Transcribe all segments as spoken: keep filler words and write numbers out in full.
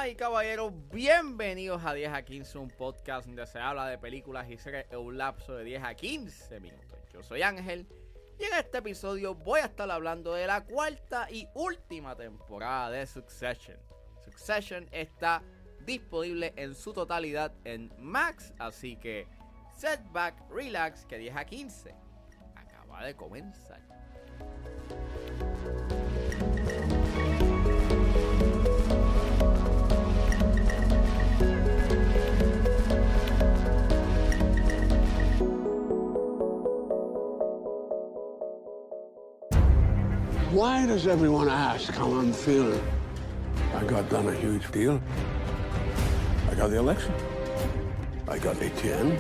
Damas y caballeros, bienvenidos a diez a quince, un podcast donde se habla de películas y series en un lapso de diez a quince minutos. Yo soy Ángel y en este episodio voy a estar hablando de la cuarta y última temporada de Succession. Succession está disponible en su totalidad en Max, así que set back, relax, que diez a quince acaba de comenzar. Why does everyone ask how I'm feeling? I got done a huge deal. I got the election. I got Etienne.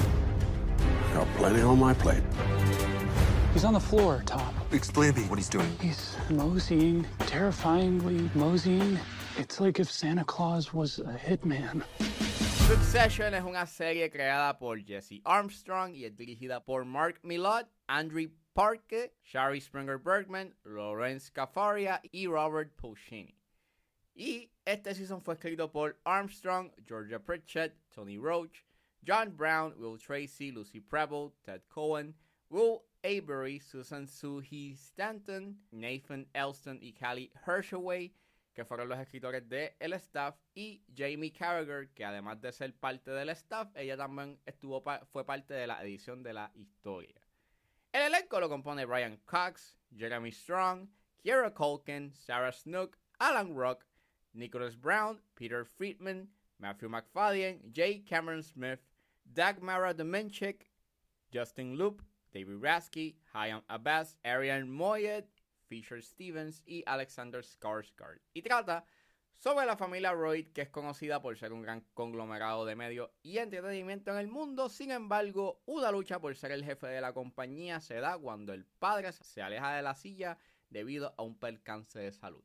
I got plenty on my plate. He's on the floor, Tom. Explain to me what he's doing. He's moseying, terrifyingly moseying. It's like if Santa Claus was a hitman. Succession es una serie creada por Jesse Armstrong y es dirigida por Mark Millard, Andrew Parke, Shari Springer Bergman, Lawrence Cafaria y Robert Puccini. Y este season fue escrito por Armstrong, Georgia Pritchett, Tony Roach, John Brown, Will Tracy, Lucy Preble, Ted Cohen, Will Avery, Susan Suhi Stanton, Nathan Elston y Callie Hershaway, que fueron los escritores de el staff, y Jamie Carragher, que además de ser parte del staff, ella también estuvo fue parte de la edición de la historia. El elenco lo compone Brian Cox, Jeremy Strong, Kieran Culkin, Sarah Snook, Alan Rock, Nicholas Brown, Peter Friedman, Matthew McFadden, J. Cameron Smith, Dagmara Domenchik, Justin Loop, David Rasky, Hayam Abbas, Ariane Moyed, Fisher Stevens y Alexander Skarsgård. Y trata sobre la familia Roy, que es conocida por ser un gran conglomerado de medios y entretenimiento en el mundo. Sin embargo, una lucha por ser el jefe de la compañía se da cuando el padre se aleja de la silla debido a un percance de salud.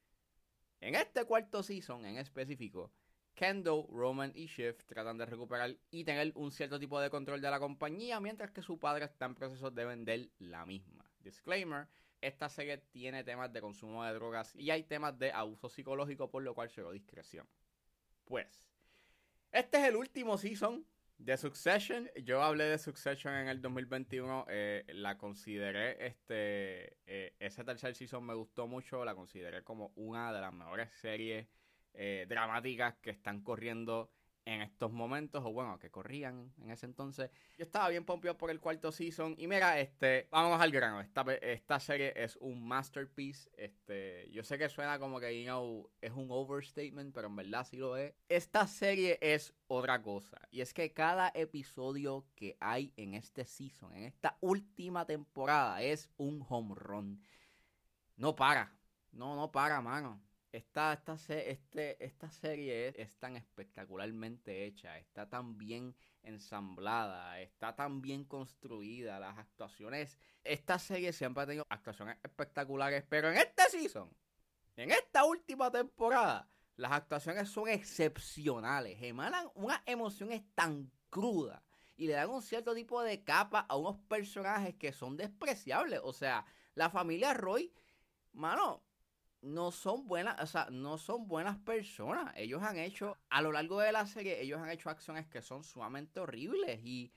En este cuarto season en específico, Kendall, Roman y Shiv tratan de recuperar y tener un cierto tipo de control de la compañía, mientras que su padre está en proceso de vender la misma. Disclaimer: esta serie tiene temas de consumo de drogas y hay temas de abuso psicológico, por lo cual cero discreción. Pues, este es el último season de Succession. Yo hablé de Succession en el dos mil veintiuno, eh, la consideré, este, eh, ese tercer season me gustó mucho, la consideré como una de las mejores series eh, dramáticas que están corriendo en estos momentos, o bueno, que corrían en ese entonces. Yo estaba bien pompeado por el cuarto season. Y mira, este, vamos al grano. Esta, esta serie es un masterpiece. Este, yo sé que suena como que, you know, es un overstatement, pero en verdad sí lo es. Esta serie es otra cosa. Y es que cada episodio que hay en este season, en esta última temporada, es un home run. No para. No, no para, mano. Esta, esta, este, esta serie es, es tan espectacularmente hecha, está tan bien ensamblada, está tan bien construida, las actuaciones. Esta serie siempre ha tenido actuaciones espectaculares, pero en este season, en esta última temporada, las actuaciones son excepcionales, emanan unas emociones tan crudas y le dan un cierto tipo de capa a unos personajes que son despreciables. O sea, la familia Roy, mano, no son buenas, o sea, no son buenas personas. Ellos han hecho, a lo largo de la serie, ellos han hecho acciones que son sumamente horribles. Y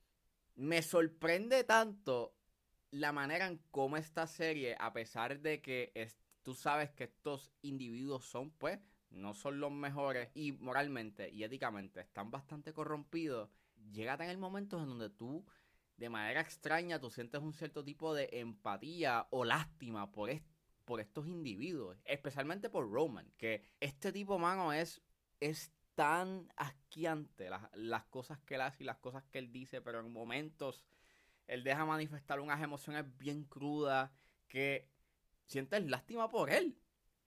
me sorprende tanto la manera en cómo esta serie, a pesar de que es, tú sabes que estos individuos son, pues, no son los mejores, y moralmente y éticamente están bastante corrompidos, llega a tener momentos en donde tú, de manera extraña, tú sientes un cierto tipo de empatía o lástima por esto, por estos individuos, especialmente por Roman, que este tipo, mano, es, es tan asqueante las, las cosas que él hace y las cosas que él dice, pero en momentos él deja manifestar unas emociones bien crudas que sientes lástima por él.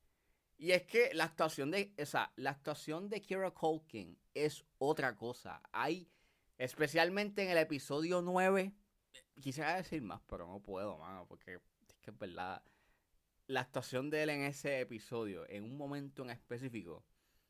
Y es que la actuación de, o sea, la actuación de Kieran Culkin es otra cosa. Hay, especialmente en el episodio nueve, quisiera decir más, pero no puedo, mano, porque es que es verdad. La actuación de él en ese episodio, en un momento en específico,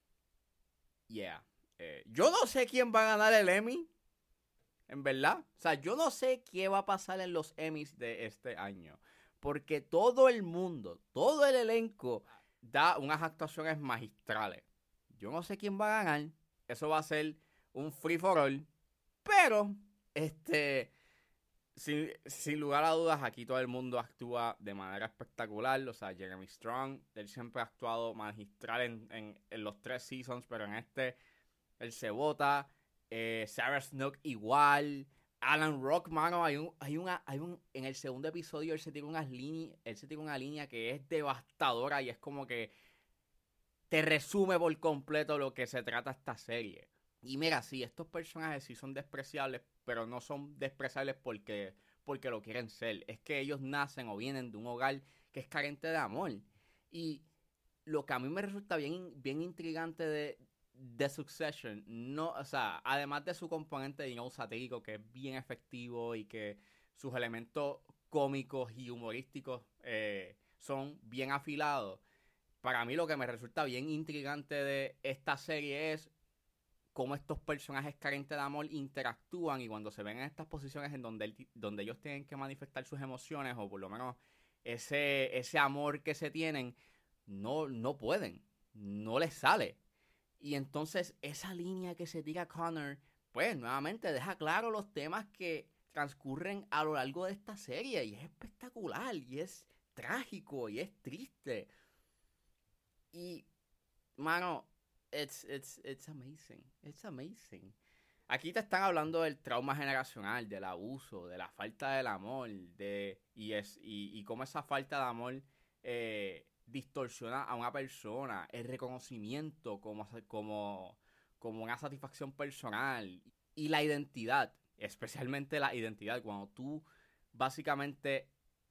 yeah. Eh, yo no sé quién va a ganar el Emmy, en verdad. O sea, yo no sé qué va a pasar en los Emmys de este año. Porque todo el mundo, todo el elenco, da unas actuaciones magistrales. yo no sé quién va a ganar. Eso va a ser un free for all. Pero, este, sin, sin lugar a dudas, aquí todo el mundo actúa de manera espectacular. O sea, Jeremy Strong, él siempre ha actuado magistral en, en, en los tres seasons, pero en este, él se bota. Eh, Sarah Snook igual. Alan Rock, mano, hay un, hay una, hay un, en el segundo episodio él se tira unas líneas, él se tira una línea que es devastadora y es como que te resume por completo lo que se trata esta serie. Y mira, sí, estos personajes sí son despreciables, pero no son despreciables porque, porque lo quieren ser. Es que ellos nacen o vienen de un hogar que es carente de amor. Y lo que a mí me resulta bien, bien intrigante de, de Succession, no, o sea, además de su componente de know, satírico, que es bien efectivo y que sus elementos cómicos y humorísticos eh, son bien afilados, para mí lo que me resulta bien intrigante de esta serie es cómo estos personajes carentes de amor interactúan y cuando se ven en estas posiciones en donde, el, donde ellos tienen que manifestar sus emociones o por lo menos ese, ese amor que se tienen, no, no pueden, no les sale. Y entonces esa línea que se tira Connor, pues nuevamente deja claro los temas que transcurren a lo largo de esta serie y es espectacular y es trágico y es triste. Y, mano, it's, it's, it's amazing, it's amazing. Aquí te están hablando del trauma generacional, del abuso, de la falta del amor, de y es y, y cómo esa falta de amor eh, distorsiona a una persona, el reconocimiento como, como, como una satisfacción personal y la identidad, especialmente la identidad, cuando tú básicamente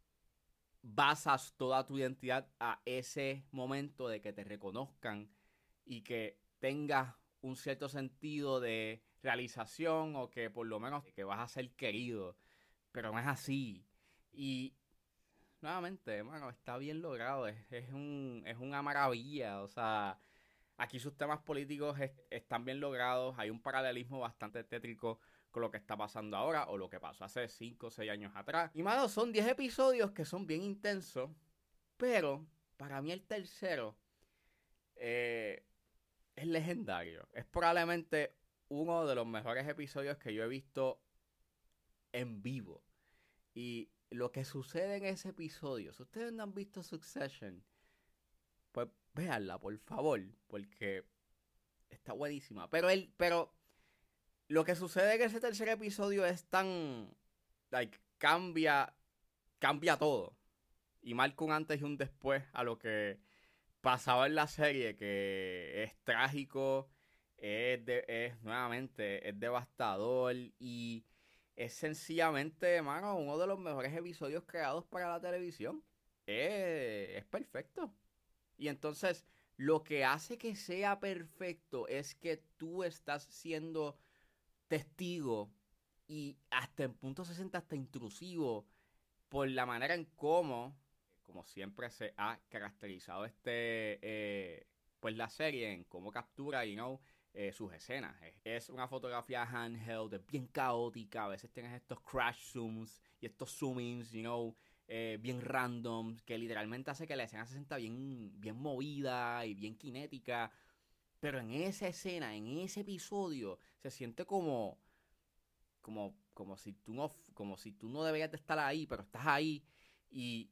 basas toda tu identidad a ese momento de que te reconozcan y que tengas un cierto sentido de realización o que por lo menos que vas a ser querido, pero no es así. Y nuevamente, hermano, está bien logrado, es, es, un, es una maravilla, o sea, aquí sus temas políticos es, están bien logrados, hay un paralelismo bastante tétrico con lo que está pasando ahora o lo que pasó hace cinco o seis años atrás. Y mano, son diez episodios que son bien intensos, pero para mí el tercero eh, es legendario. Es probablemente uno de los mejores episodios que yo he visto en vivo. Y lo que sucede en ese episodio, si ustedes no han visto Succession, pues véanla, por favor, porque está buenísima. Pero él, pero lo que sucede en ese tercer episodio es tan, like, cambia, cambia todo. Y marca un antes y un después a lo que pasaba en la serie, que es trágico, es, de, es nuevamente, es devastador y es sencillamente, hermano, uno de los mejores episodios creados para la televisión. Es, es perfecto. Y entonces, lo que hace que sea perfecto es que tú estás siendo testigo y hasta en punto se siente hasta intrusivo por la manera en cómo, como siempre se ha caracterizado este, eh, pues la serie, en cómo captura, you know, eh, sus escenas. Es una fotografía handheld, es bien caótica, a veces tienes estos crash zooms y estos zoom-ins, you know, eh, bien random, que literalmente hace que la escena se sienta bien, bien movida y bien cinética. Pero en esa escena, en ese episodio, se siente como, como, como si tú no, como si tú no deberías de estar ahí, pero estás ahí y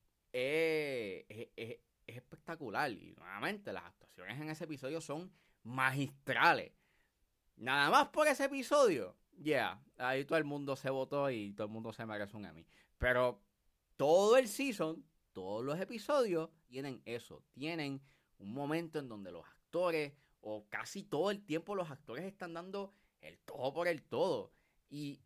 es, es, es, es espectacular. Y nuevamente, las actuaciones en ese episodio son magistrales. Nada más por ese episodio, yeah, ahí todo el mundo se votó y todo el mundo se merece un Emmy. Pero todo el season, todos los episodios tienen eso, tienen un momento en donde los actores, o casi todo el tiempo los actores están dando el todo por el todo. Y,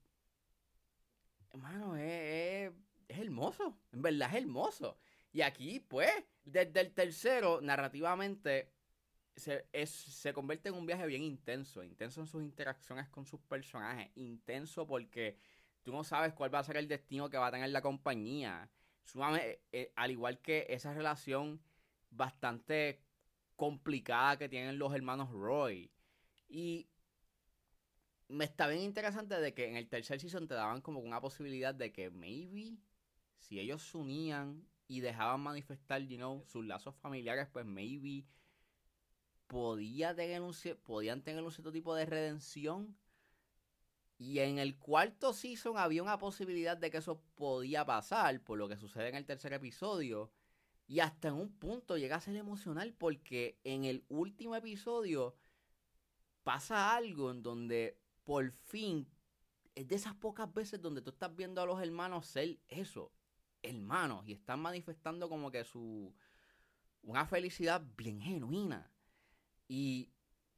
hermano, es, es, es hermoso, en verdad es hermoso. Y aquí, pues, desde el tercero, narrativamente, se, es, se convierte en un viaje bien intenso, intenso en sus interacciones con sus personajes, intenso porque tú no sabes cuál va a ser el destino que va a tener la compañía. Sumamente, eh, al igual que esa relación bastante complicada que tienen los hermanos Roy. Y me está bien interesante de que en el tercer season te daban como una posibilidad de que maybe si ellos se unían y dejaban manifestar, you know, sus lazos familiares, pues maybe podía tener un, podían tener un cierto tipo de redención. Y en el cuarto season había una posibilidad de que eso podía pasar, por lo que sucede en el tercer episodio. Y hasta en un punto llega a ser emocional porque en el último episodio pasa algo en donde por fin es de esas pocas veces donde tú estás viendo a los hermanos ser eso, hermanos, y están manifestando como que su una felicidad bien genuina. Y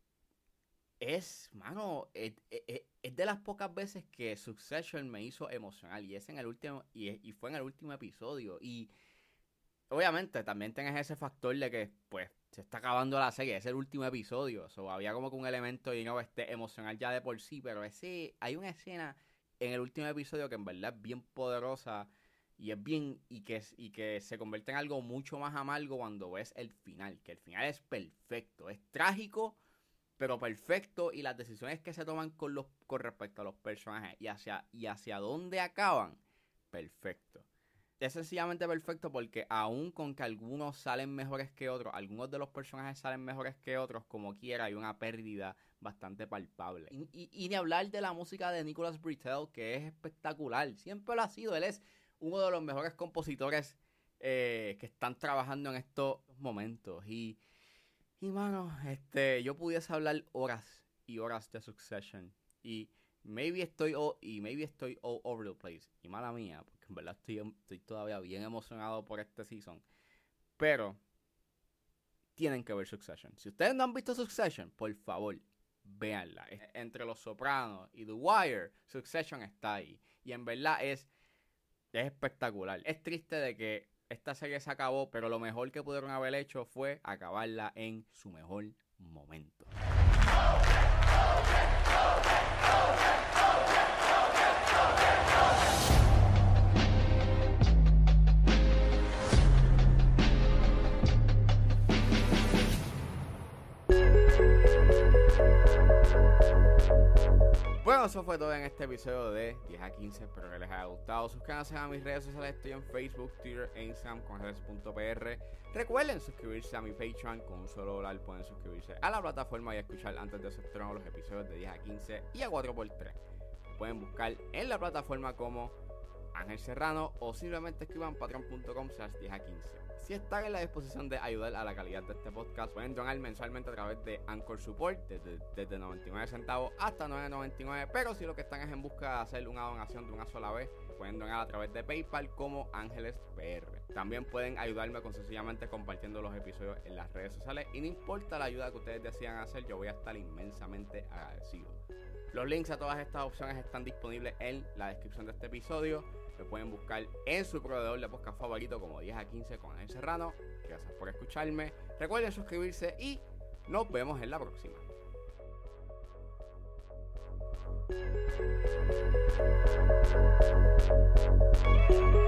es, mano, es, es, es de las pocas veces que Succession me hizo emocional. Y es en el último, y, y fue en el último episodio. Y obviamente también tienes ese factor de que, pues, se está acabando la serie. Es el último episodio. So, había como que un elemento, y no, este, emocional ya de por sí. Pero ese, hay una escena en el último episodio que en verdad es bien poderosa. Y es bien, y que, y que se convierte en algo mucho más amargo cuando ves el final. Que el final es perfecto. Es trágico, pero perfecto, y las decisiones que se toman con los con respecto a los personajes y hacia, y hacia dónde acaban, perfecto. Es sencillamente perfecto porque aun con que algunos salen mejores que otros, algunos de los personajes salen mejores que otros, como quiera, hay una pérdida bastante palpable. Y, y, y ni hablar de la música de Nicholas Britell, que es espectacular. Siempre lo ha sido. Él es uno de los mejores compositores eh, que están trabajando en estos momentos. Y Y mano, este, yo pudiese hablar horas y horas de Succession. Y maybe estoy all, y maybe estoy all over the place. Y mala mía, porque en verdad estoy, estoy todavía bien emocionado por este season. Pero tienen que ver Succession. Si ustedes no han visto Succession, por favor, véanla. Entre Los Sopranos y The Wire, Succession está ahí. Y en verdad es, es espectacular. Es triste de que esta serie se acabó, pero lo mejor que pudieron haber hecho fue acabarla en su mejor momento. Bueno, eso fue todo en este episodio de diez a quince. Espero que les haya gustado. Suscríbanse a mis redes sociales. Estoy en Facebook, Twitter e Instagram con redes punto p r. Recuerden suscribirse a mi Patreon. Con un solo dólar pueden suscribirse a la plataforma y escuchar antes de su estreno los episodios de diez a quince y a cuatro por tres. Pueden buscar en la plataforma como Ángel Serrano o simplemente escriban patreon punto com slash diez a quince. Si están en la disposición de ayudar a la calidad de este podcast, pueden donar mensualmente a través de Anchor Support desde, desde noventa y nueve centavos hasta nueve noventa y nueve. Pero si lo que están es en busca de hacer una donación de una sola vez, pueden donar a través de PayPal como Ángeles P R. También pueden ayudarme con sencillamente compartiendo los episodios en las redes sociales. Y no importa la ayuda que ustedes decidan hacer, yo voy a estar inmensamente agradecido. Los links a todas estas opciones están disponibles en la descripción de este episodio. Lo pueden buscar en su proveedor de podcast favorito como diez a quince con Ángel Serrano. Gracias por escucharme. Recuerden suscribirse y nos vemos en la próxima. Thank you.